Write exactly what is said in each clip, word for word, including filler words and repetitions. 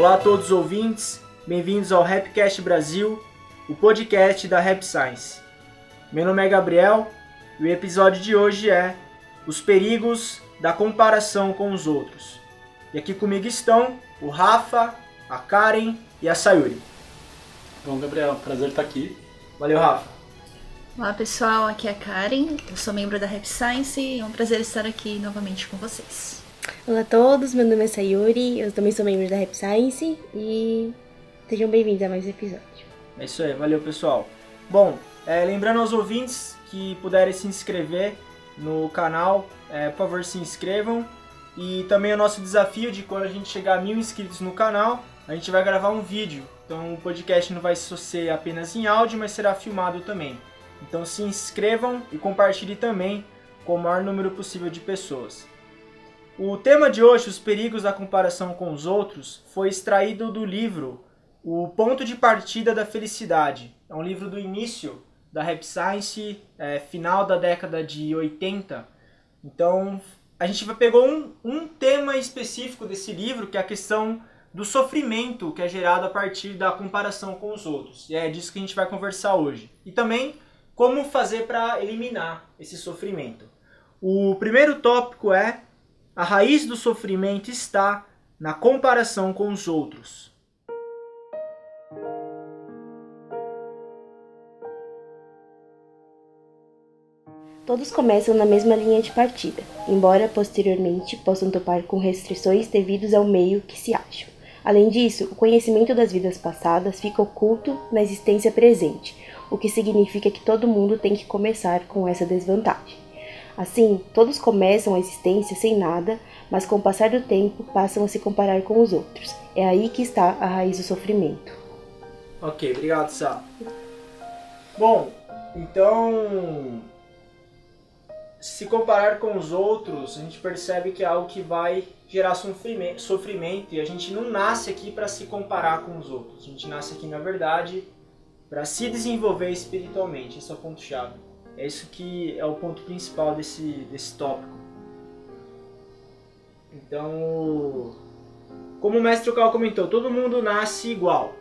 Olá a todos os ouvintes, bem-vindos ao Rapcast Brasil, o podcast da Rap Science. Meu nome é Gabriel e o episódio de hoje é Os Perigos da Comparação com os Outros. E aqui comigo estão o Rafa, a Karen e a Sayuri. Bom, Gabriel, prazer estar aqui. Valeu, Rafa. Olá pessoal, aqui é a Karen, eu sou membro da Rap Science e é um prazer estar aqui novamente com vocês. Olá a todos, meu nome é Sayuri, eu também sou membro da Rap Science e sejam bem-vindos a mais um episódio. É isso aí, valeu pessoal. Bom, é, lembrando aos ouvintes que puderem se inscrever no canal, é, por favor se inscrevam. E também o nosso desafio de quando a gente chegar a mil inscritos no canal, a gente vai gravar um vídeo. Então o podcast não vai ser apenas em áudio, mas será filmado também. Então se inscrevam e compartilhem também com o maior número possível de pessoas. O tema de hoje, os perigos da comparação com os outros, foi extraído do livro O Ponto de Partida da Felicidade. É um livro do início da Rap Science, é, final da década de oitenta. Então a gente pegou um, um tema específico desse livro, que é a questão do sofrimento que é gerado a partir da comparação com os outros. E é disso que a gente vai conversar hoje. E também como fazer para eliminar esse sofrimento. O primeiro tópico é: a raiz do sofrimento está na comparação com os outros. Todos começam na mesma linha de partida, embora posteriormente possam topar com restrições devidas ao meio que se acham. Além disso, o conhecimento das vidas passadas fica oculto na existência presente, o que significa que todo mundo tem que começar com essa desvantagem. Assim, todos começam a existência sem nada, mas com o passar do tempo passam a se comparar com os outros. É aí que está a raiz do sofrimento. Ok, obrigado, Sá. Bom, então, se comparar com os outros, a gente percebe que é algo que vai gerar sofrimento, e a gente não nasce aqui para se comparar com os outros. A gente nasce aqui, na verdade, para se desenvolver espiritualmente. Esse é o ponto-chave. É isso que é o ponto principal desse, desse tópico. Então, como o mestre Cal comentou, todo mundo nasce igual.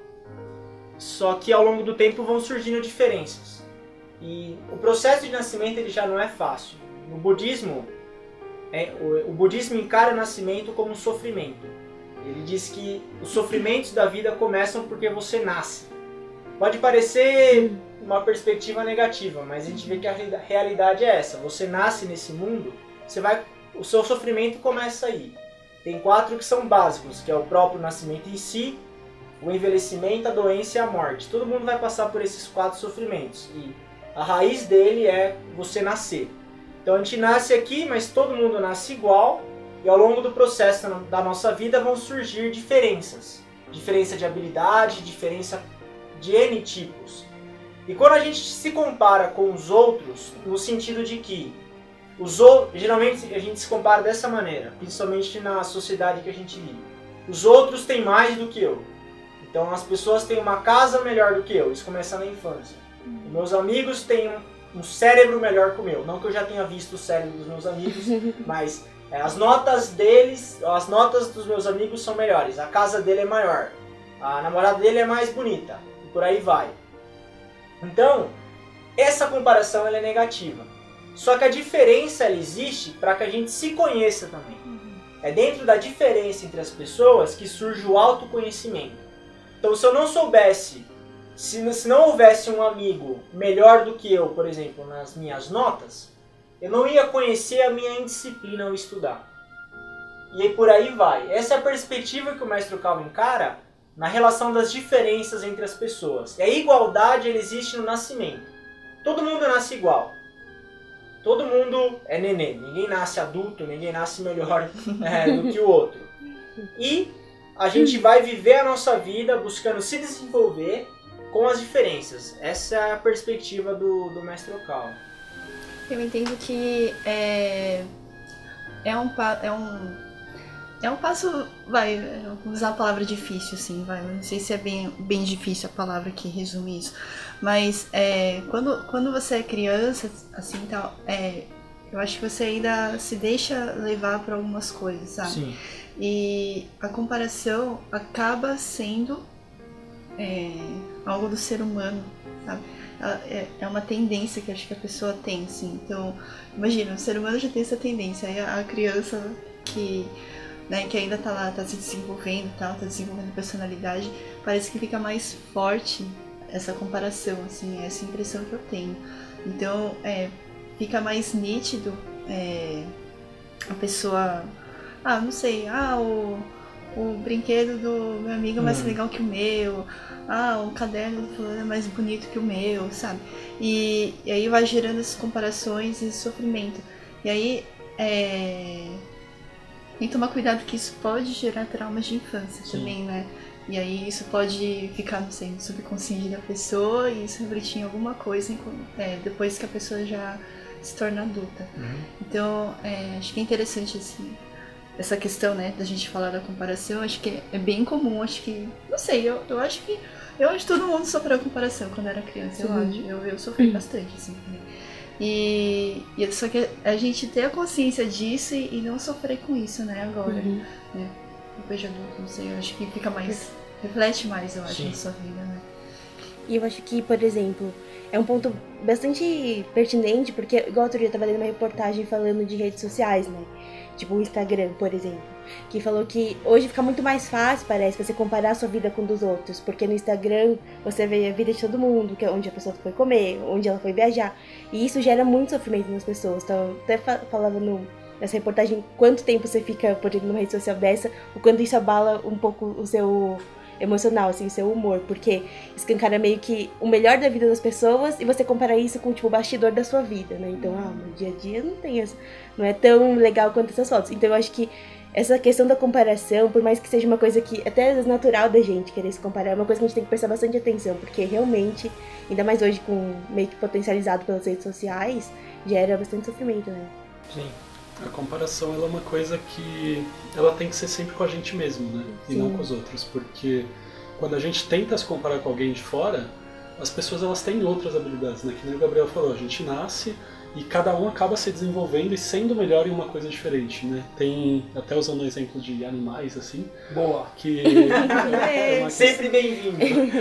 Só que ao longo do tempo vão surgindo diferenças. E o processo de nascimento ele já não é fácil. No budismo, é, o, o budismo encara o nascimento como um sofrimento. Ele diz que os sofrimentos da vida começam porque você nasce. Pode parecer uma perspectiva negativa, mas a gente vê que a realidade é essa. Você nasce nesse mundo, você vai, o seu sofrimento começa aí. Tem quatro que são básicos, que é o próprio nascimento em si, o envelhecimento, a doença e a morte. Todo mundo vai passar por esses quatro sofrimentos. E a raiz dele é você nascer. Então a gente nasce aqui, mas todo mundo nasce igual. E ao longo do processo da nossa vida vão surgir diferenças. Diferença de habilidade, diferença de N tipos. E quando a gente se compara com os outros, no sentido de que os outros, geralmente a gente se compara dessa maneira, principalmente na sociedade que a gente vive. Os outros têm mais do que eu. Então as pessoas têm uma casa melhor do que eu, isso começa na infância. E meus amigos têm um, um cérebro melhor que o meu. Não que eu já tenha visto o cérebro dos meus amigos, mas é, as notas deles, as notas dos meus amigos são melhores. A casa dele é maior, a namorada dele é mais bonita, e por aí vai. Então, essa comparação ela é negativa. Só que a diferença ela existe para que a gente se conheça também. É dentro da diferença entre as pessoas que surge o autoconhecimento. Então, se eu não soubesse, se, se não houvesse um amigo melhor do que eu, por exemplo, nas minhas notas, eu não ia conhecer a minha indisciplina ao estudar. E aí por aí vai. Essa é a perspectiva que o mestre Calvin encara na relação das diferenças entre as pessoas. E a igualdade ela existe no nascimento. Todo mundo nasce igual. Todo mundo é neném. Ninguém nasce adulto, ninguém nasce melhor é, do que o outro. E a gente vai viver a nossa vida buscando se desenvolver com as diferenças. Essa é a perspectiva do, do mestre Calvin. Eu entendo que é, é um... É um É um passo, vai, eu vou usar a palavra difícil, assim, vai, não sei se é bem, bem difícil a palavra que resume isso, mas é, quando, quando você é criança, assim, tal, é, eu acho que você ainda se deixa levar por algumas coisas, sabe? Sim. E a comparação acaba sendo é, algo do ser humano, sabe? É, é uma tendência que acho que a pessoa tem, assim. Então, imagina, o ser humano já tem essa tendência, aí a criança que, né, que ainda tá lá, tá se desenvolvendo e tal, tá desenvolvendo personalidade, parece que fica mais forte essa comparação, assim, essa impressão que eu tenho. Então, é, fica mais nítido é, a pessoa, ah, não sei, ah, o, o brinquedo do meu amigo é mais hum. legal que o meu, ah, o caderno do fulano é mais bonito que o meu, sabe? E, e aí vai gerando essas comparações e esse sofrimento. E aí, é... tem que tomar cuidado que isso pode gerar traumas de infância Sim. também, né? E aí isso pode ficar, não sei, no subconsciente da pessoa e isso refletir em alguma coisa é, depois que a pessoa já se torna adulta. Uhum. Então, é, acho que é interessante esse, essa questão, né, da gente falar da comparação. Acho que é bem comum, acho que, não sei, eu, eu acho que eu acho que todo mundo sofreu comparação quando era criança, eu acho. Eu, eu sofri uhum. bastante, assim, também. E, e só que a gente ter a consciência disso e, e não sofrer com isso, né, agora, uhum. né? Depois de adulto, não sei, eu acho que fica mais, reflete mais, eu acho, Sim. na sua vida, né? E eu acho que, por exemplo, é um ponto bastante pertinente, porque igual outro dia eu tava lendo uma reportagem falando de redes sociais, né? Tipo o Instagram, por exemplo, que falou que hoje fica muito mais fácil, parece, você comparar a sua vida com a dos outros, porque no Instagram você vê a vida de todo mundo, que é onde a pessoa foi comer, onde ela foi viajar, e isso gera muito sofrimento nas pessoas. Então, até falava no, nessa reportagem quanto tempo você fica, por exemplo, numa rede social dessa, o quanto isso abala um pouco o seu emocional, assim, o seu humor, porque escancara meio que o melhor da vida das pessoas e você compara isso com, tipo, o bastidor da sua vida, né? Então, ah, no dia a dia não tem essa, não é tão legal quanto essas fotos. Então, eu acho que essa questão da comparação, por mais que seja uma coisa que até às vezes natural da gente querer se comparar, é uma coisa que a gente tem que prestar bastante atenção, porque realmente, ainda mais hoje com meio que potencializado pelas redes sociais, gera bastante sofrimento, né? Sim. A comparação ela é uma coisa que ela tem que ser sempre com a gente mesmo, né? Sim. E não com os outros, porque quando a gente tenta se comparar com alguém de fora, as pessoas elas têm outras habilidades, né? Que nem o Gabriel falou, a gente nasce e cada um acaba se desenvolvendo e sendo melhor em uma coisa diferente, né? Tem, até usando o exemplo de animais, assim... Boa! Que é uma sempre bem-vindo!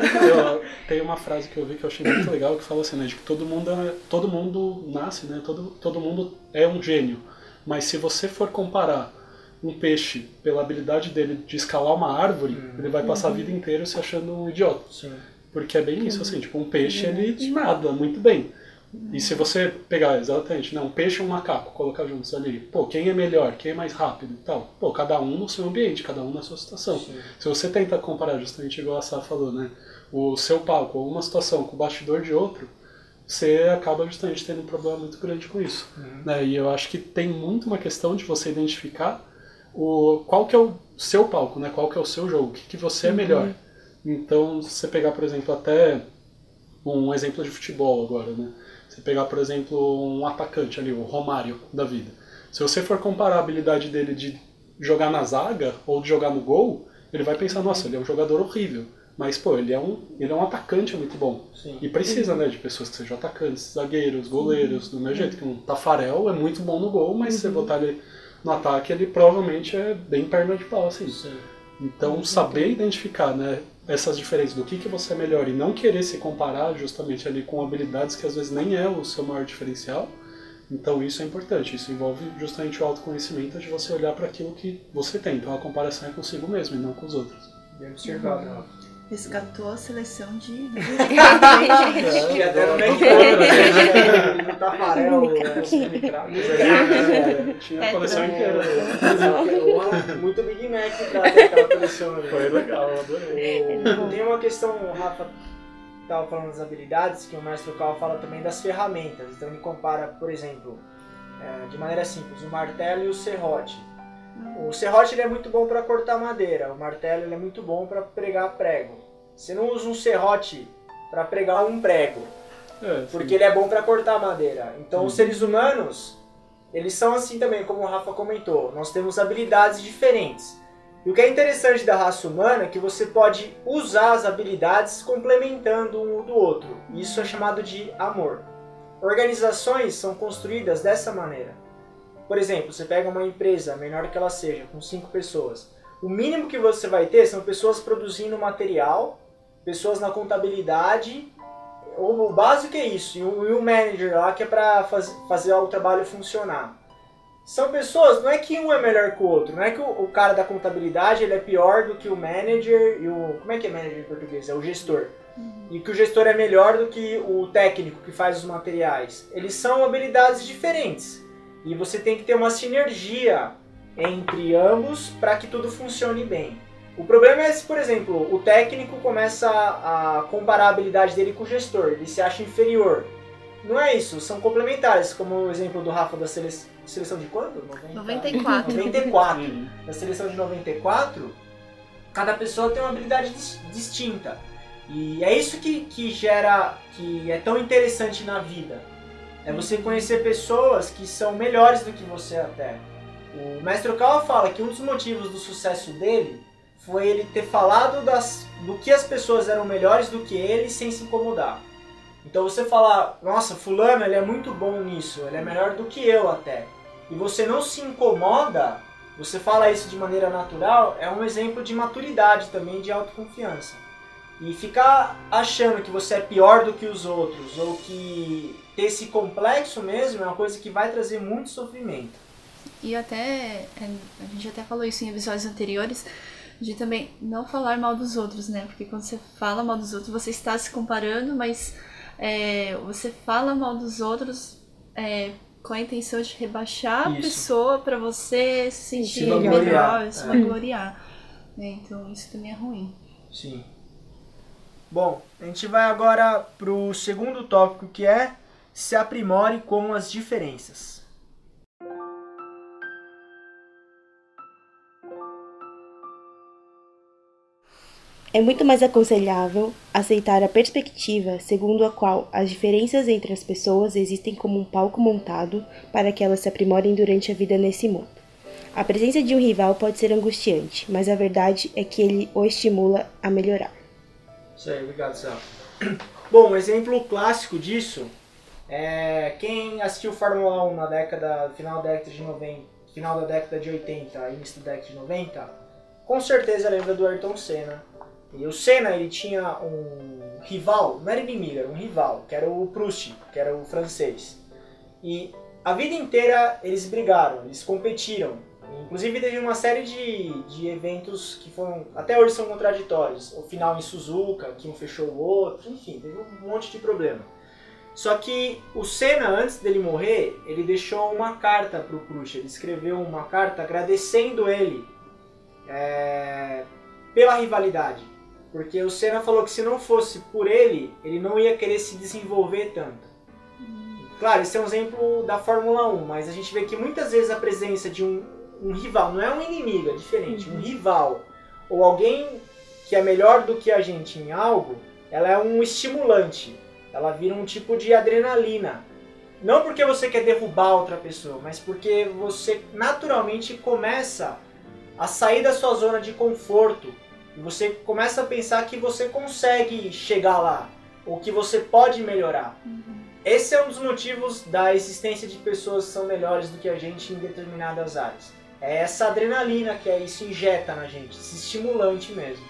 Tem uma frase que eu vi que eu achei muito legal, que fala assim, né? De que todo mundo, é, todo mundo nasce, né? Todo, todo mundo é um gênio. Mas se você for comparar um peixe pela habilidade dele de escalar uma árvore, uhum. ele vai passar a vida inteira se achando um idiota. Sim. Porque é bem isso, assim, tipo, um peixe ele nada muito bem. Uhum. E se você pegar exatamente, né, um peixe e um macaco, colocar juntos ali, pô, quem é melhor, quem é mais rápido e tal? Pô, cada um no seu ambiente, cada um na sua situação. Sim. Se você tenta comparar, justamente igual a Sá falou, né, o seu palco ou uma situação com o bastidor de outro, você acaba justamente tendo um problema muito grande com isso. Uhum. Né? E eu acho que tem muito uma questão de você identificar o, qual que é o seu palco, né? Qual que é o seu jogo, o que, que você é melhor. Uhum. Então, se você pegar, por exemplo, até um exemplo de futebol agora, né? Você pegar, por exemplo, um atacante ali, o Romário da vida. Se você for comparar a habilidade dele de jogar na zaga ou de jogar no gol, ele vai pensar, nossa, ele é um jogador horrível. Mas, pô, ele é um, ele é um atacante muito bom. Sim. E precisa, né, de pessoas que sejam atacantes, zagueiros, goleiros, do meu jeito. Que um Tafarel é muito bom no gol, mas uhum. se você botar ele no ataque, ele provavelmente é bem perna de pau, assim. Sim. Então, uhum. saber identificar, né, essas diferenças do que, que você é melhor e não querer se comparar justamente ali com habilidades que às vezes nem é o seu maior diferencial. Então, isso é importante. Isso envolve justamente o autoconhecimento de você olhar para aquilo que você tem. Então, a comparação é consigo mesmo e não com os outros. Bem observado, uhum. Resgatou a seleção de... é, até no McDonald's, no Tafarel, tinha a coleção inteira. Muito Big Mac aquela coleção. Foi legal, eu adorei. Tem uma questão, o Rafa estava falando das habilidades, que o Mestre Cal fala também das ferramentas. Então ele compara, por exemplo, de maneira simples, o martelo e o serrote. O serrote ele é muito bom para cortar madeira, o martelo ele é muito bom para pregar prego. Você não usa um serrote para pregar um prego, é, porque ele é bom para cortar madeira. Então, uhum. os seres humanos, eles são assim também, como o Rafa comentou. Nós temos habilidades diferentes. E o que é interessante da raça humana é que você pode usar as habilidades complementando um do outro. Isso é chamado de amor. Organizações são construídas dessa maneira. por exemplo, você pega uma empresa, menor que ela seja, com cinco pessoas. O mínimo que você vai ter são pessoas produzindo material, pessoas na contabilidade, o básico é isso, e o, e o manager lá que é para faz, fazer o trabalho funcionar. São pessoas, não é que um é melhor que o outro, não é que o, o cara da contabilidade ele é pior do que o manager e o... Como é que é manager em português? É o gestor. Uhum. E que o gestor é melhor do que o técnico que faz os materiais. Eles são habilidades diferentes. E você tem que ter uma sinergia entre ambos para que tudo funcione bem. O problema é se, por exemplo, o técnico começa a comparar a habilidade dele com o gestor, ele se acha inferior. Não é isso, são complementares, como o exemplo do Rafa da sele... seleção de quanto? noventa e quatro. noventa e quatro. Da seleção de noventa e quatro, cada pessoa tem uma habilidade dis distinta. E é isso que, que gera, que é tão interessante na vida. É você conhecer pessoas que são melhores do que você até. O Mestre Okawa fala que um dos motivos do sucesso dele foi ele ter falado das, do que as pessoas eram melhores do que ele sem se incomodar. Então você falar, nossa, fulano ele é muito bom nisso, ele é melhor do que eu até. E você não se incomoda, você fala isso de maneira natural, é um exemplo de maturidade também, de autoconfiança. E ficar achando que você é pior do que os outros, ou que ter esse complexo mesmo, é uma coisa que vai trazer muito sofrimento. E até, a gente até falou isso em episódios anteriores, de também não falar mal dos outros, né? Porque quando você fala mal dos outros, você está se comparando, mas é, você fala mal dos outros é, com a intenção de rebaixar isso. a pessoa para você se sentir se melhor, se vangloriar. É. É, então isso também é ruim. Sim. Bom, a gente vai agora para o segundo tópico, que é se aprimore com as diferenças. É muito mais aconselhável aceitar a perspectiva segundo a qual as diferenças entre as pessoas existem como um palco montado para que elas se aprimorem durante a vida nesse mundo. A presença de um rival pode ser angustiante, mas a verdade é que ele o estimula a melhorar. Isso aí, obrigado, Sam. Bom, um exemplo clássico disso é quem assistiu Fórmula um na década, final da década de noventa, final da década de oitenta, início da década de noventa, com certeza lembra do Ayrton Senna. E o Senna, ele tinha um rival, não era inimigo, era um rival, que era o Proust, que era o francês. E a vida inteira eles brigaram, eles competiram. Inclusive teve uma série de, de eventos que foram, até hoje são contraditórios. O final em Suzuka, que um fechou o outro, enfim, teve um monte de problema. Só que o Senna, antes dele morrer, ele deixou uma carta para o Proust, ele escreveu uma carta agradecendo ele é, pela rivalidade. Porque o Senna falou que se não fosse por ele, ele não ia querer se desenvolver tanto. Claro, esse é um exemplo da Fórmula um, mas a gente vê que muitas vezes a presença de um, um rival, não é um inimigo, é diferente, um rival, ou alguém que é melhor do que a gente em algo, ela é um estimulante, ela vira um tipo de adrenalina. Não porque você quer derrubar outra pessoa, mas porque você naturalmente começa a sair da sua zona de conforto. E você começa a pensar que você consegue chegar lá, ou que você pode melhorar. Uhum. Esse é um dos motivos da existência de pessoas que são melhores do que a gente em determinadas áreas. É essa adrenalina que é isso injeta na gente, esse estimulante mesmo.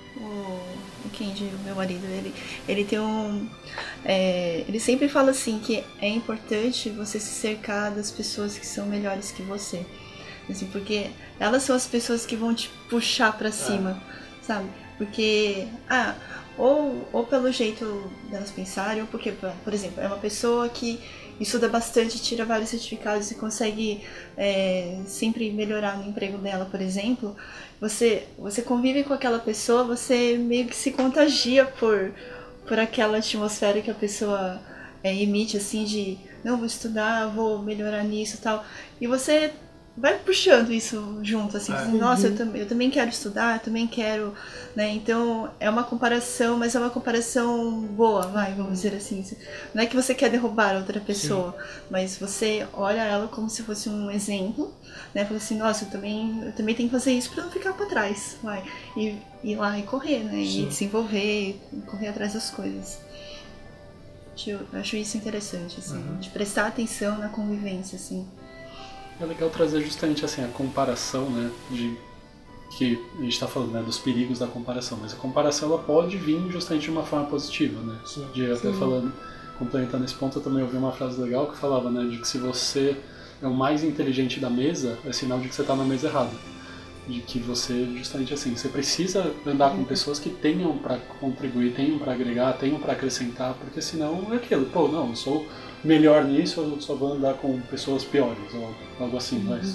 O Kendi, o meu marido, ele, ele tem um... É, ele sempre fala assim que é importante você se cercar das pessoas que são melhores que você. Assim, porque elas são as pessoas que vão te puxar pra cima. É. Sabe? Porque, ah, ou, ou pelo jeito delas pensarem, ou porque, por exemplo, é uma pessoa que estuda bastante, tira vários certificados e consegue é, sempre melhorar no emprego dela, por exemplo. Você, você convive com aquela pessoa, você meio que se contagia por, por aquela atmosfera que a pessoa é, emite, assim, de não, vou estudar, vou melhorar nisso e tal. E você vai puxando isso junto, assim, é. Nossa, eu, tam eu também quero estudar, eu também quero, né, então é uma comparação, mas é uma comparação boa, vai, vamos dizer assim, não é que você quer derrubar outra pessoa, sim, mas você olha ela como se fosse um exemplo, né, fala assim, nossa, eu também, eu também tenho que fazer isso pra não ficar pra trás, vai, e ir lá e correr, né, sim, e desenvolver, e correr atrás das coisas. Eu acho isso interessante, assim, uhum, de prestar atenção na convivência, assim. É legal trazer justamente assim a comparação, né, de que a gente está falando, né, dos perigos da comparação, mas a comparação ela pode vir justamente de uma forma positiva, né? Sim. De até falando, complementando esse ponto, eu também ouvi uma frase legal que falava, né, de que se você é o mais inteligente da mesa, é sinal de que você está na mesa errada. De que você, justamente assim, você precisa andar com pessoas que tenham para contribuir, tenham para agregar, tenham para acrescentar, porque senão é aquilo, pô, não, eu sou melhor nisso, eu só vou andar com pessoas piores, ou algo assim, uhum. mas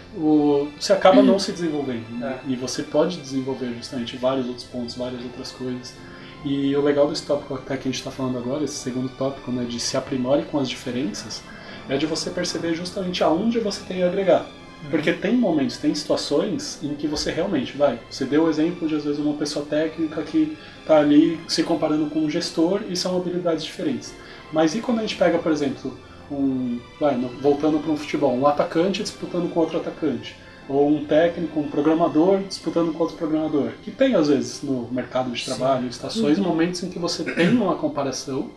o, você acaba não se desenvolvendo, né? E você pode desenvolver justamente vários outros pontos, várias outras coisas. E o legal desse tópico até que a gente está falando agora, esse segundo tópico, né, de se aprimore com as diferenças, é de você perceber justamente aonde você tem a agregar. Porque tem momentos, tem situações em que você realmente vai. Você deu o exemplo de, às vezes, uma pessoa técnica que está ali se comparando com um gestor e são habilidades diferentes. Mas e quando a gente pega, por exemplo, um, vai, voltando para um futebol, um atacante disputando com outro atacante? Ou um técnico, um programador disputando com outro programador? Que tem, às vezes, no mercado de trabalho, Sim. estações, uhum. momentos em que você tem uma comparação.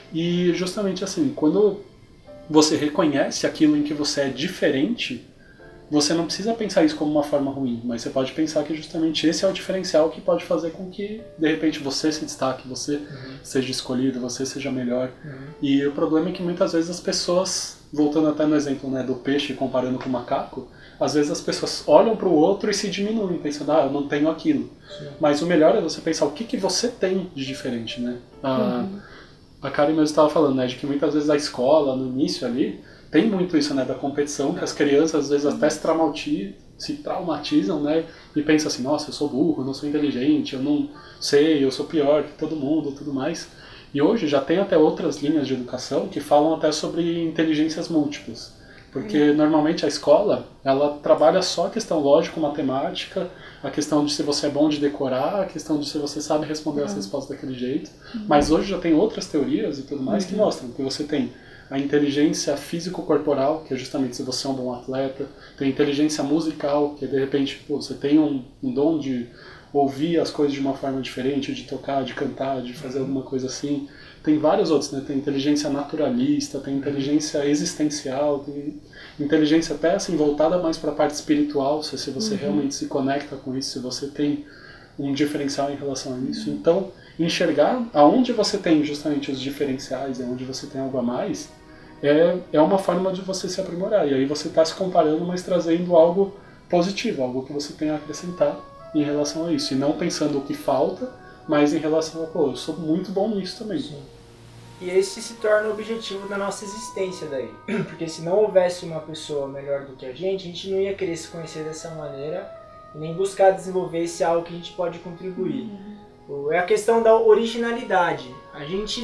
E justamente assim, quando você reconhece aquilo em que você é diferente, você não precisa pensar isso como uma forma ruim, mas você pode pensar que justamente esse é o diferencial que pode fazer com que, de repente, você se destaque, você uhum. seja escolhido, você seja melhor. Uhum. E o problema é que muitas vezes as pessoas, voltando até no exemplo, né, do peixe comparando com o macaco, às vezes as pessoas olham para o outro e se diminuem, pensando, ah, eu não tenho aquilo. Sim. Mas o melhor é você pensar o que, que você tem de diferente, né? A, uhum. a Karen mesmo estava falando, né, de que muitas vezes a escola, no início ali, tem muito isso, né, da competição, que as crianças às vezes até se, traumati- se traumatizam, né, e pensam assim, nossa, eu sou burro, eu não sou inteligente, eu não sei, eu sou pior que todo mundo, tudo mais. E hoje já tem até outras linhas de educação que falam até sobre inteligências múltiplas. Porque normalmente a escola, ela trabalha só a questão lógico-matemática, a questão de se você é bom de decorar, a questão de se você sabe responder as respostas daquele jeito. Mas hoje já tem outras teorias e tudo mais que mostram que você tem a inteligência físico-corporal, que é justamente se você é um bom atleta, tem a inteligência musical, que é, de repente, pô, você tem um, um dom de ouvir as coisas de uma forma diferente, de tocar, de cantar, de fazer alguma coisa assim. Tem vários outros, né? Tem inteligência naturalista, tem inteligência existencial, tem inteligência até assim, voltada mais para a parte espiritual, se, se você uhum. realmente se conecta com isso, se você tem um diferencial em relação a isso. Então, enxergar aonde você tem justamente os diferenciais, aonde você tem algo a mais, é, é uma forma de você se aprimorar. E aí você está se comparando, mas trazendo algo positivo, algo que você tem a acrescentar em relação a isso. E não pensando o que falta, mas em relação a, pô, eu sou muito bom nisso também. Sim. E esse se torna o objetivo da nossa existência daí. Porque se não houvesse uma pessoa melhor do que a gente, a gente não ia querer se conhecer dessa maneira e nem buscar desenvolver esse algo que a gente pode contribuir. Uhum. É a questão da originalidade. A gente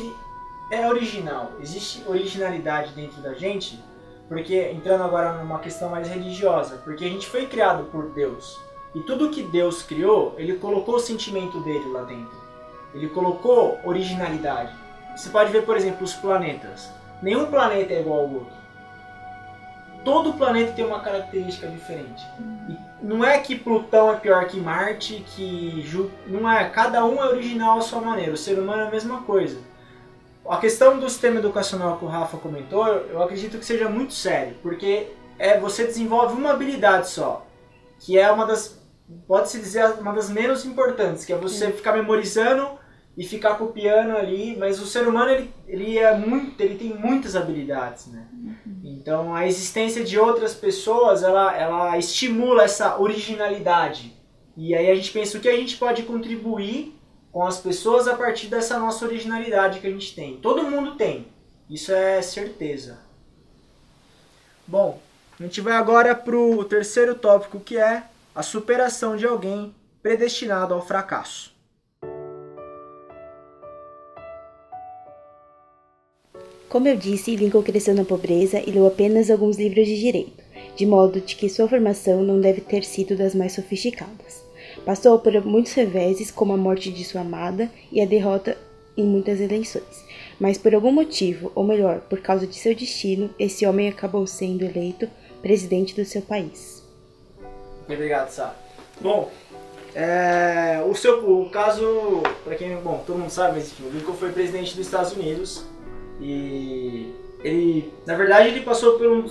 é original. Existe originalidade dentro da gente, porque entrando agora numa questão mais religiosa, porque a gente foi criado por Deus. E tudo que Deus criou, Ele colocou o sentimento dele lá dentro. Ele colocou originalidade. Você pode ver, por exemplo, os planetas. Nenhum planeta é igual ao outro. Todo planeta tem uma característica diferente. E não é que Plutão é pior que Marte, que Ju... não é. Cada um é original à sua maneira. O ser humano é a mesma coisa. A questão do sistema educacional que o Rafa comentou, eu acredito que seja muito sério, porque é, você desenvolve uma habilidade só, que é uma das, pode-se dizer, uma das menos importantes, que é você Sim. ficar memorizando e ficar copiando ali, mas o ser humano ele, ele, é muito, ele tem muitas habilidades, né? Uhum. Então a existência de outras pessoas, ela, ela estimula essa originalidade. E aí a gente pensa o que a gente pode contribuir com as pessoas a partir dessa nossa originalidade que a gente tem. Todo mundo tem, isso é certeza. Bom, a gente vai agora para o terceiro tópico, que é a superação de alguém predestinado ao fracasso. Como eu disse, Lincoln cresceu na pobreza e leu apenas alguns livros de direito, de modo de que sua formação não deve ter sido das mais sofisticadas. Passou por muitos reveses, como a morte de sua amada e a derrota em muitas eleições. Mas por algum motivo, ou melhor, por causa de seu destino, esse homem acabou sendo eleito presidente do seu país. Obrigado, Sá. Bom, é, o, seu, o caso, para quem, bom, todo mundo sabe, mas enfim, o Lincoln foi presidente dos Estados Unidos. E ele, na verdade, ele passou por um,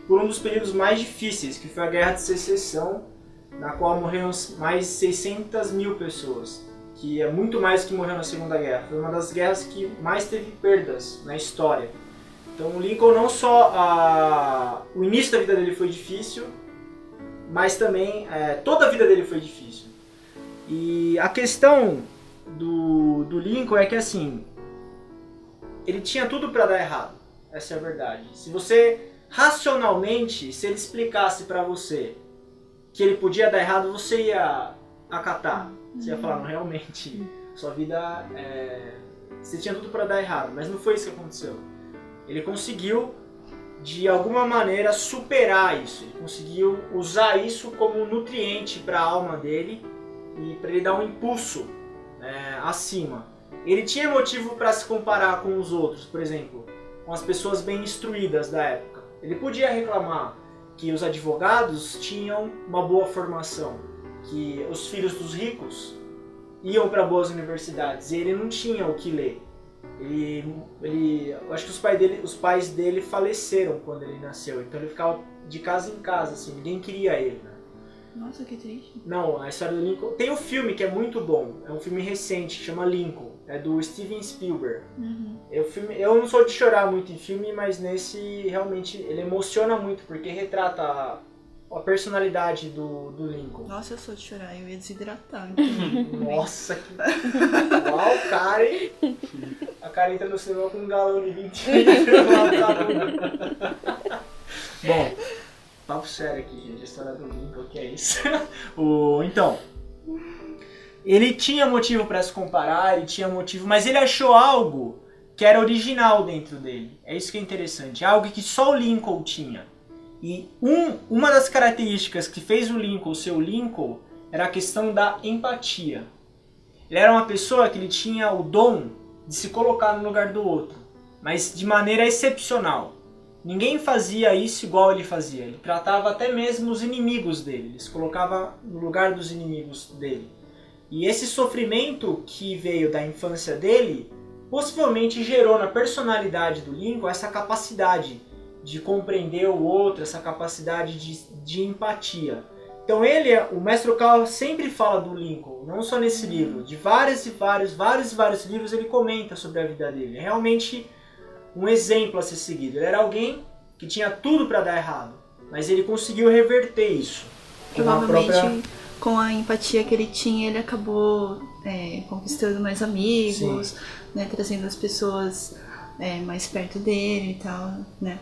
por um dos períodos mais difíceis, que foi a Guerra de Secessão, na qual morreram mais de seiscentas mil pessoas, que é muito mais do que morreu na Segunda Guerra. Foi uma das guerras que mais teve perdas na história. Então o Lincoln não só a... o início da vida dele foi difícil, mas também é, toda a vida dele foi difícil. E a questão do, do Lincoln é que assim, ele tinha tudo para dar errado, essa é a verdade. Se você racionalmente, se ele explicasse para você que ele podia dar errado, você ia acatar. Você ia falar, não, realmente, sua vida, é... você tinha tudo para dar errado, mas não foi isso que aconteceu. Ele conseguiu, de alguma maneira, superar isso. Ele conseguiu usar isso como um nutriente para a alma dele e para ele dar um impulso é, acima. Ele tinha motivo para se comparar com os outros, por exemplo, com as pessoas bem instruídas da época. Ele podia reclamar que os advogados tinham uma boa formação, que os filhos dos ricos iam para boas universidades e ele não tinha o que ler. Ele, ele, eu acho que os pais, dele, os pais dele faleceram quando ele nasceu, então ele ficava de casa em casa, assim, ninguém queria ele, né? Nossa, que triste. Não, a história do Lincoln... Tem um filme que é muito bom, é um filme recente, que chama Lincoln, é do Steven Spielberg. Uhum. Eu, filme, eu não sou de chorar muito em filme, mas nesse realmente ele emociona muito, porque retrata a, a personalidade do, do Lincoln. Nossa, eu sou de chorar, eu ia desidratar. Então... Nossa, que... Uau, Karen! A Karen entra no cinema com um galão de vinte litros. Bom, papo sério aqui, gente, a história do Lincoln, que é isso? o, então, ele tinha motivo para se comparar, ele tinha motivo, mas ele achou algo que era original dentro dele. É isso que é interessante, algo que só o Lincoln tinha. E um, uma das características que fez o Lincoln ser o Lincoln era a questão da empatia. Ele era uma pessoa que ele tinha o dom de se colocar no lugar do outro, mas de maneira excepcional. Ninguém fazia isso igual ele fazia. Ele tratava até mesmo os inimigos dele. Ele se colocava no lugar dos inimigos dele. E esse sofrimento que veio da infância dele, possivelmente gerou na personalidade do Lincoln essa capacidade de compreender o outro, essa capacidade de, de empatia. Então ele, o Mestre Cal sempre fala do Lincoln, não só nesse livro, de vários e vários, vários e vários livros ele comenta sobre a vida dele. É realmente um exemplo a ser seguido. Ele era alguém que tinha tudo para dar errado, mas ele conseguiu reverter isso. Provavelmente, com a, própria... com a empatia que ele tinha, ele acabou é, conquistando mais amigos, né, trazendo as pessoas é, mais perto dele e tal, né?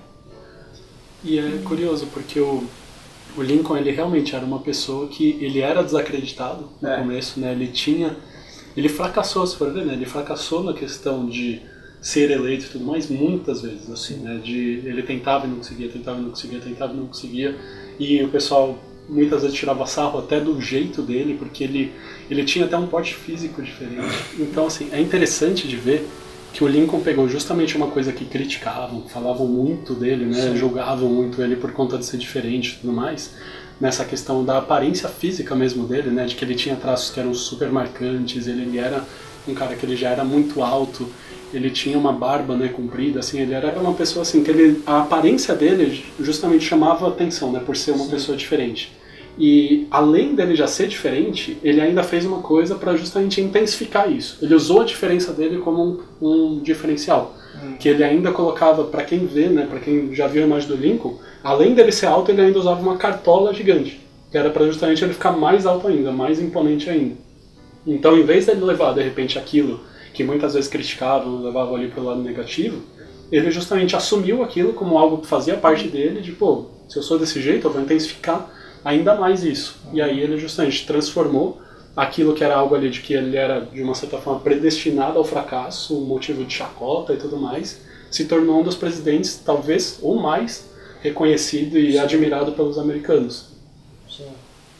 E é curioso, porque o, o Lincoln, ele realmente era uma pessoa que ele era desacreditado no é. começo, né? Ele tinha... Ele fracassou, se for ver, né? Ele fracassou na questão de ser eleito e tudo mais muitas vezes, assim, né? De, ele tentava e não conseguia, tentava e não conseguia, tentava e não conseguia. E o pessoal muitas vezes tirava sarro até do jeito dele, porque ele, ele tinha até um porte físico diferente. Então, assim, é interessante de ver que o Lincoln pegou justamente uma coisa que criticavam, falavam muito dele, né? Sim. Julgavam muito ele por conta de ser diferente e tudo mais, nessa questão da aparência física mesmo dele, né? De que ele tinha traços que eram super marcantes, ele, ele era um cara que ele já era muito alto, ele tinha uma barba, né, comprida, assim, ele era uma pessoa assim, que ele, a aparência dele justamente chamava atenção, né, por ser uma Sim. pessoa diferente. E além dele já ser diferente, ele ainda fez uma coisa para justamente intensificar isso. Ele usou a diferença dele como um, um diferencial. Hum. Que ele ainda colocava, para quem vê, né, para quem já viu a imagem do Lincoln, além dele ser alto, ele ainda usava uma cartola gigante. Que era para justamente ele ficar mais alto ainda, mais imponente ainda. Então, em vez dele levar, de repente, aquilo que muitas vezes criticavam, levavam ali para o lado negativo, ele justamente assumiu aquilo como algo que fazia parte dele, de, pô, se eu sou desse jeito, eu vou intensificar ainda mais isso. E aí ele justamente transformou aquilo que era algo ali de que ele era, de uma certa forma, predestinado ao fracasso, um motivo de chacota e tudo mais, se tornou um dos presidentes, talvez, ou mais, reconhecido e Sim. admirado pelos americanos. Sim.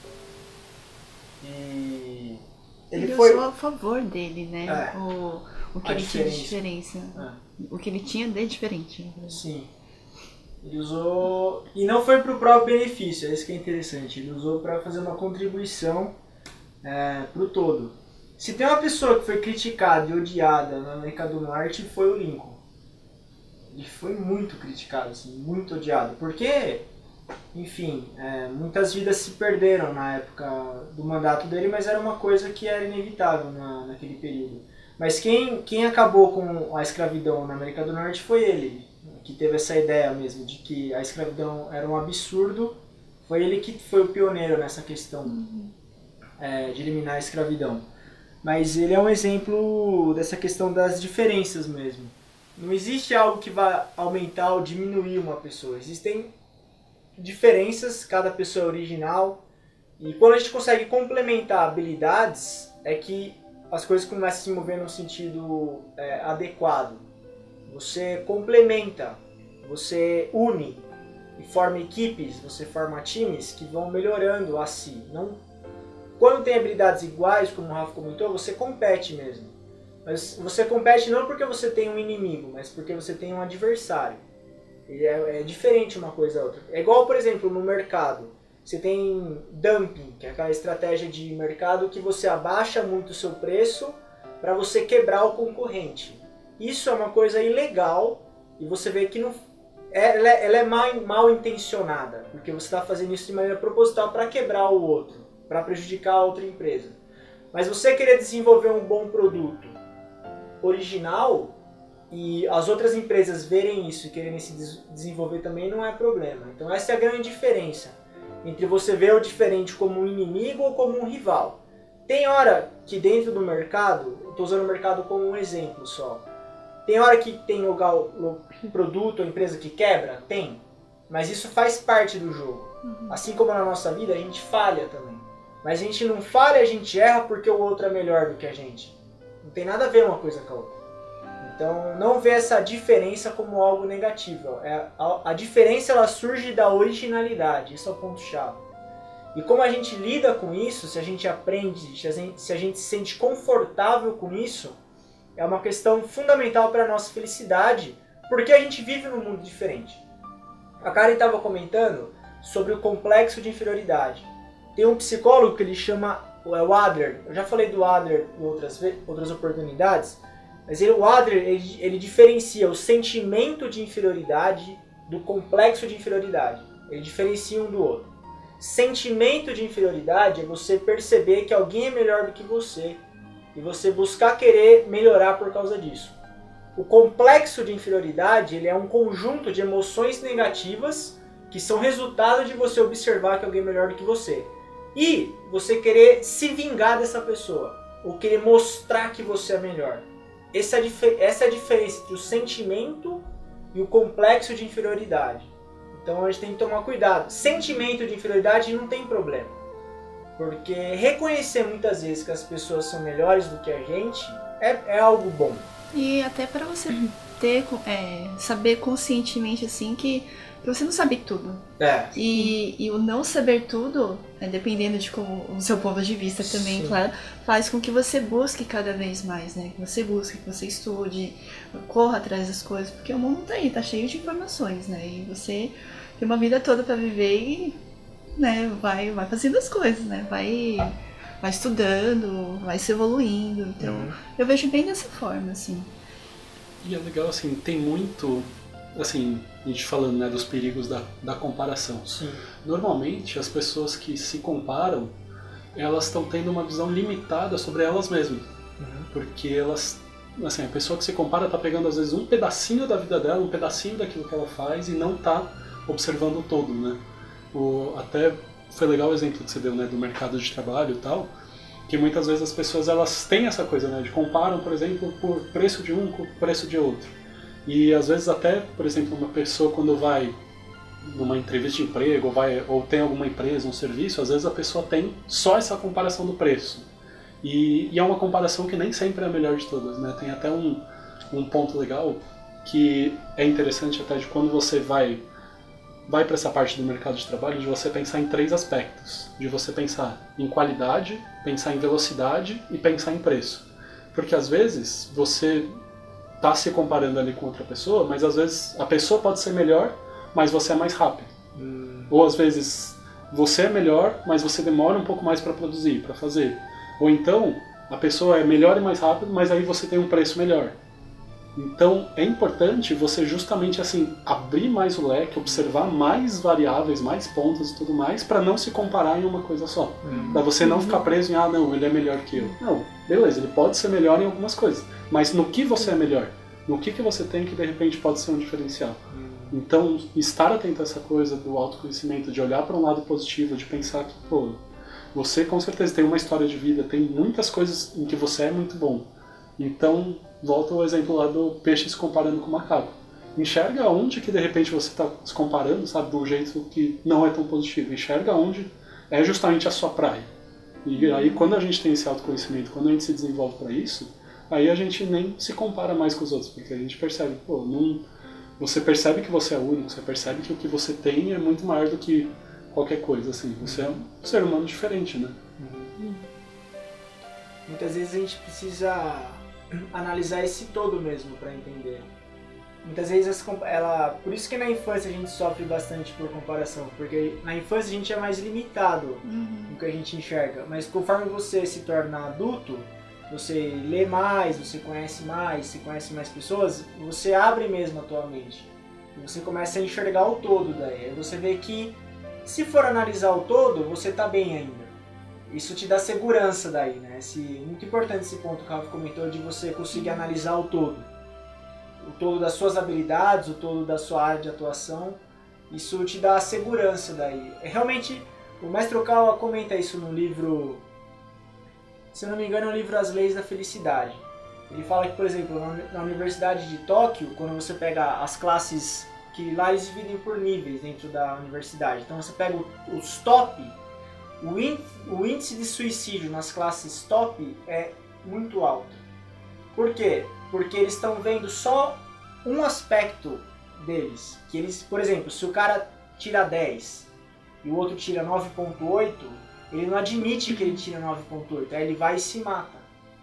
E... Ele, ele foi... usou a favor dele, né? É. O, o que a ele diferença. tinha de diferença. É. O que ele tinha de diferente. Sim. Ele usou... E não foi para o próprio benefício, é isso que é interessante. Ele usou para fazer uma contribuição é, para o todo. Se tem uma pessoa que foi criticada e odiada na América do Norte, foi o Lincoln. Ele foi muito criticado, assim, muito odiado. Porque enfim, é, muitas vidas se perderam na época do mandato dele, mas era uma coisa que era inevitável na, naquele período. Mas quem, quem acabou com a escravidão na América do Norte foi ele, que teve essa ideia mesmo de que a escravidão era um absurdo. Foi ele que foi o pioneiro nessa questão uhum. é, de eliminar a escravidão. Mas ele é um exemplo dessa questão das diferenças mesmo. Não existe algo que vá aumentar ou diminuir uma pessoa. Existem diferenças, cada pessoa é original. E quando a gente consegue complementar habilidades, é que as coisas começam a se mover num sentido é, adequado. Você complementa, você une e forma equipes, você forma times que vão melhorando a si. Não, quando tem habilidades iguais, como o Rafa comentou, você compete mesmo. Mas você compete não porque você tem um inimigo, mas porque você tem um adversário. E é, é diferente uma coisa da outra. É igual, por exemplo, no mercado. Você tem dumping, que é aquela estratégia de mercado que você abaixa muito o seu preço para você quebrar o concorrente. Isso é uma coisa ilegal e você vê que não, ela é, ela é mal, mal intencionada, porque você está fazendo isso de maneira proposital para quebrar o outro, para prejudicar a outra empresa. Mas você querer desenvolver um bom produto original e as outras empresas verem isso e quererem se des desenvolver também não é problema. Então essa é a grande diferença entre você ver o diferente como um inimigo ou como um rival. Tem hora que dentro do mercado, estou usando o mercado como um exemplo só, tem hora que tem lugar, o produto ou empresa que quebra? Tem. Mas isso faz parte do jogo. Uhum. Assim como na nossa vida, a gente falha também. Mas a gente não falha, a gente erra porque o outro é melhor do que a gente. Não tem nada a ver uma coisa com a outra. Então, não vê essa diferença como algo negativo. É, a, a diferença ela surge da originalidade. Esse é o ponto-chave. E como a gente lida com isso, se a gente aprende, se a gente se, a gente se sente confortável com isso, é uma questão fundamental para a nossa felicidade, porque a gente vive num mundo diferente. A Karen estava comentando sobre o complexo de inferioridade. Tem um psicólogo que ele chama o Adler. Eu já falei do Adler em outras, outras oportunidades, mas ele, o Adler ele, ele diferencia o sentimento de inferioridade do complexo de inferioridade. Ele diferencia um do outro. Sentimento de inferioridade é você perceber que alguém é melhor do que você e você buscar querer melhorar por causa disso. O complexo de inferioridade ele é um conjunto de emoções negativas que são resultado de você observar que alguém é melhor do que você. E você querer se vingar dessa pessoa, ou querer mostrar que você é melhor. Essa é a, essa é a diferença entre o sentimento e o complexo de inferioridade. Então a gente tem que tomar cuidado. Sentimento de inferioridade não tem problema. Porque reconhecer muitas vezes que as pessoas são melhores do que a gente é, é algo bom. E até para você ter, é, saber conscientemente assim que você não sabe tudo. É. E, e o não saber tudo, é, dependendo de como o seu ponto de vista também, Sim. claro, faz com que você busque cada vez mais, né? Que você busque, que você estude, corra atrás das coisas, porque o mundo tá aí, tá cheio de informações, né? E você tem uma vida toda para viver e, né, vai, vai fazendo as coisas, né? Vai, vai estudando, vai se evoluindo. Então, uhum. eu vejo bem dessa forma, assim. E é legal, assim, tem muito, assim, a gente falando, né, dos perigos da, da comparação. Sim. Normalmente, as pessoas que se comparam, elas estão tendo uma visão limitada sobre elas mesmas. Uhum. Porque elas, assim, a pessoa que se compara está pegando, às vezes, um pedacinho da vida dela, um pedacinho daquilo que ela faz e não está observando o todo, né? O, até foi legal o exemplo que você deu, né, do mercado de trabalho e tal, que muitas vezes as pessoas elas têm essa coisa, né, de comparam, por exemplo, por preço de um com preço de outro. E às vezes até, por exemplo, uma pessoa quando vai numa entrevista de emprego ou, vai, ou tem alguma empresa, um serviço, às vezes a pessoa tem só essa comparação do preço. E, e é uma comparação que nem sempre é a melhor de todas, né? Tem até um, um ponto legal que é interessante até de quando você vai vai para essa parte do mercado de trabalho, de você pensar em três aspectos. De você pensar em qualidade, pensar em velocidade e pensar em preço. Porque às vezes você está se comparando ali com outra pessoa, mas às vezes a pessoa pode ser melhor, mas você é mais rápido. Hum. Ou às vezes você é melhor, mas você demora um pouco mais para produzir, para fazer. Ou então a pessoa é melhor e mais rápido, mas aí você tem um preço melhor. Então é importante você justamente assim abrir mais o leque, observar mais variáveis, mais pontos e tudo mais, para não se comparar em uma coisa só. Uhum. Para você não ficar preso em, ah não, ele é melhor que eu. Não, beleza, ele pode ser melhor em algumas coisas, mas no que você é melhor? No que, que você tem que de repente pode ser um diferencial? Uhum. Então estar atento a essa coisa do autoconhecimento, de olhar para um lado positivo, de pensar que, pô, você com certeza tem uma história de vida, tem muitas coisas em que você é muito bom. Então, volta ao exemplo lá do peixe se comparando com o macaco. Enxerga onde que de repente você está se comparando, sabe, de um jeito que não é tão positivo. Enxerga onde é justamente a sua praia. E aí quando a gente tem esse autoconhecimento, quando a gente se desenvolve para isso, aí a gente nem se compara mais com os outros, porque a gente percebe, pô, não, você percebe que você é único, você percebe que o que você tem é muito maior do que qualquer coisa, assim. Você é um ser humano diferente, né? Uhum. Muitas vezes a gente precisa analisar esse todo mesmo para entender. Muitas vezes ela, por isso que na infância a gente sofre bastante por comparação, porque na infância a gente é mais limitado uhum. no que a gente enxerga, mas conforme você se torna adulto, você lê mais, você conhece mais, você conhece mais pessoas, você abre mesmo a tua mente e você começa a enxergar o todo daí. Aí você vê que se for analisar o todo, você tá bem ainda. Isso te dá segurança daí, né? Esse, muito importante esse ponto que o Rafa comentou de você conseguir analisar o todo. O todo das suas habilidades, o todo da sua área de atuação. Isso te dá segurança daí. Realmente, o Mestre Okawa comenta isso no livro, se eu não me engano, é o livro As Leis da Felicidade. Ele fala que, por exemplo, na Universidade de Tóquio, quando você pega as classes, que lá eles dividem por níveis dentro da universidade. Então você pega os top. O índice, o índice de suicídio nas classes top é muito alto. Por quê? Porque eles estão vendo só um aspecto deles. Que eles, por exemplo, se o cara tira dez e o outro tira nove ponto oito, ele não admite que ele tira nove ponto oito, aí ele vai e se mata.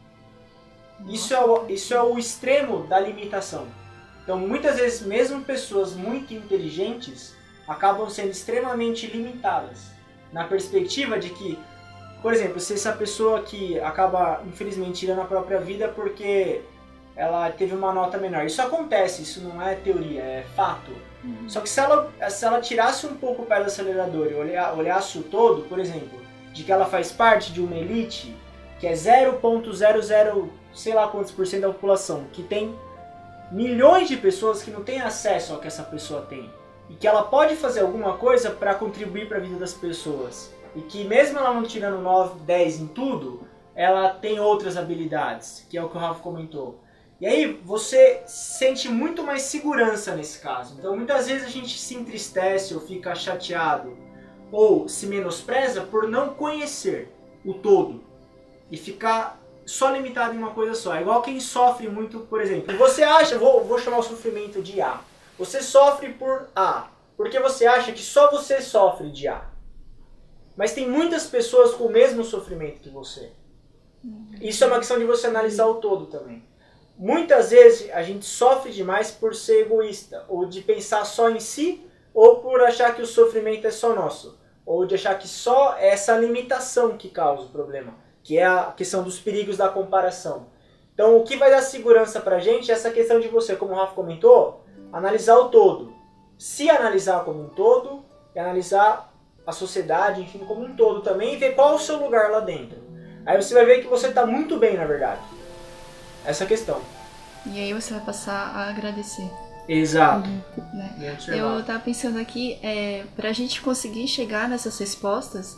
Isso é, o, isso é o extremo da limitação. Então muitas vezes mesmo pessoas muito inteligentes acabam sendo extremamente limitadas. Na perspectiva de que, por exemplo, se essa pessoa que acaba, infelizmente, tirando a própria vida porque ela teve uma nota menor. Isso acontece, isso não é teoria, é fato. Uhum. Só que se ela, se ela tirasse um pouco o pé do acelerador e olhar, olhasse o todo, por exemplo, de que ela faz parte de uma elite, que é zero ponto zero zero, sei lá quantos por cento da população, que tem milhões de pessoas que não têm acesso ao que essa pessoa tem. E que ela pode fazer alguma coisa para contribuir para a vida das pessoas. E que mesmo ela não tirando nove, dez em tudo, ela tem outras habilidades, que é o que o Rafa comentou. E aí você sente muito mais segurança nesse caso. Então muitas vezes a gente se entristece ou fica chateado ou se menospreza por não conhecer o todo e ficar só limitado em uma coisa só. É igual quem sofre muito, por exemplo. Você acha, vou, vou chamar o sofrimento de A. Você sofre por A, porque você acha que só você sofre de A. Mas tem muitas pessoas com o mesmo sofrimento que você. Isso é uma questão de você analisar o todo também. Muitas vezes a gente sofre demais por ser egoísta, ou de pensar só em si, ou por achar que o sofrimento é só nosso, ou de achar que só é essa limitação que causa o problema, que é a questão dos perigos da comparação. Então o que vai dar segurança pra gente é essa questão de você, como o Rafa comentou, analisar o todo. Se analisar como um todo, e analisar a sociedade, enfim, como um todo também, e ver qual é o seu lugar lá dentro. Aí você vai ver que você está muito bem, na verdade. Essa questão. E aí você vai passar a agradecer. Exato. Uhum. Né? Eu estava pensando aqui, é, para a gente conseguir chegar nessas respostas,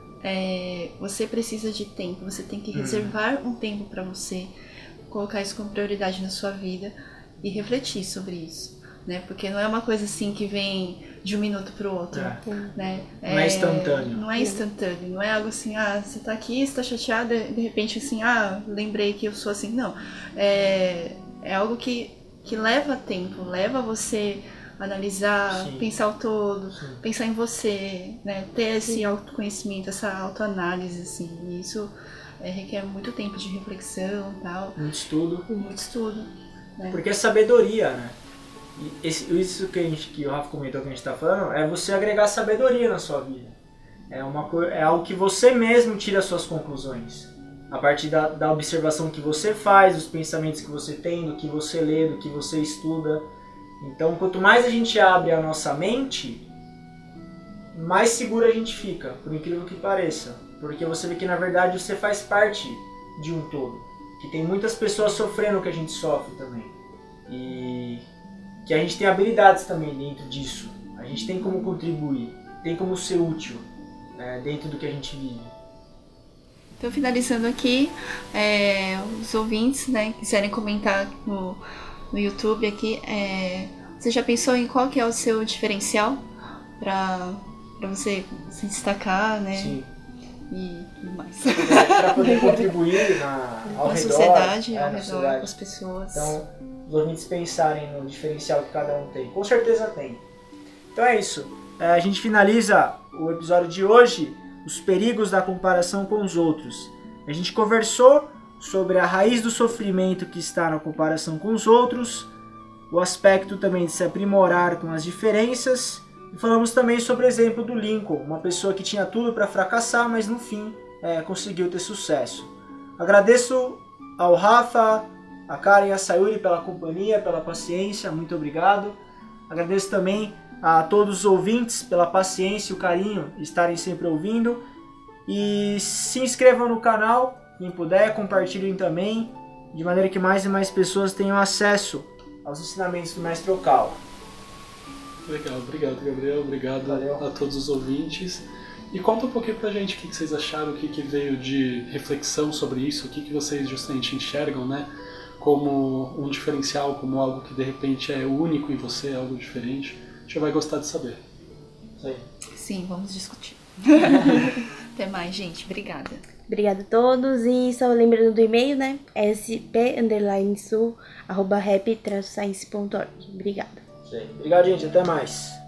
é, você precisa de tempo. Você tem que reservar hum. um tempo para você colocar isso como prioridade na sua vida e refletir sobre isso, né? Porque não é uma coisa assim que vem de um minuto para o outro, é. né? Não é, é instantâneo. Não é instantâneo, não é algo assim, ah, você tá aqui, você tá chateada, de repente assim, ah, lembrei que eu sou assim. Não, é, é algo que, que leva tempo, leva você analisar, Sim. pensar o todo, Sim. pensar em você, né? Ter esse autoconhecimento, essa autoanálise, assim, e isso é, requer muito tempo de reflexão e tal. Muito estudo. Muito estudo. Né? Porque é sabedoria, né? Esse, isso que, a gente, que o Rafa comentou que a gente está falando é você agregar sabedoria na sua vida. É, uma, é algo que você mesmo tira as suas conclusões. A partir da, da observação que você faz, dos pensamentos que você tem, do que você lê, do que você estuda. Então, quanto mais a gente abre a nossa mente, mais seguro a gente fica, por incrível que pareça. Porque você vê que, na verdade, você faz parte de um todo. Que tem muitas pessoas sofrendo o que a gente sofre também. E que a gente tem habilidades também dentro disso. A gente tem como contribuir, tem como ser útil, né, dentro do que a gente vive. Então, finalizando aqui, é, os ouvintes, né, quiserem comentar no, no YouTube aqui, é, você já pensou em qual que é o seu diferencial para para você se destacar, né? Sim. E tudo mais. Para poder contribuir na, ao na redor, sociedade, é, ao na redor, sociedade. com as pessoas. Então, os ouvintes pensarem no diferencial que cada um tem. Com certeza tem. Então é isso. É, a gente finaliza o episódio de hoje, os perigos da comparação com os outros. A gente conversou sobre a raiz do sofrimento que está na comparação com os outros, o aspecto também de se aprimorar com as diferenças, e falamos também sobre o exemplo do Lincoln, uma pessoa que tinha tudo para fracassar, mas no fim é, conseguiu ter sucesso. Agradeço ao Rafa, a Karen e a Sayuri pela companhia, pela paciência, muito obrigado. Agradeço também a todos os ouvintes pela paciência e o carinho de estarem sempre ouvindo. E se inscrevam no canal, quem puder, compartilhem também, de maneira que mais e mais pessoas tenham acesso aos ensinamentos do Mestre Okawa. Legal, obrigado Gabriel, obrigado Valeu. a todos os ouvintes. E conta um pouquinho pra gente o que vocês acharam, o que veio de reflexão sobre isso, o que vocês justamente enxergam, né, como um diferencial, como algo que de repente é único em você, algo diferente. A gente vai gostar de saber. Isso aí. Sim, vamos discutir. Até mais, gente. Obrigada. Obrigada a todos e só lembrando do e-mail, né? sp underline sul arroba rap traço science ponto org. Obrigada. Isso aí. Obrigado, gente. Até mais.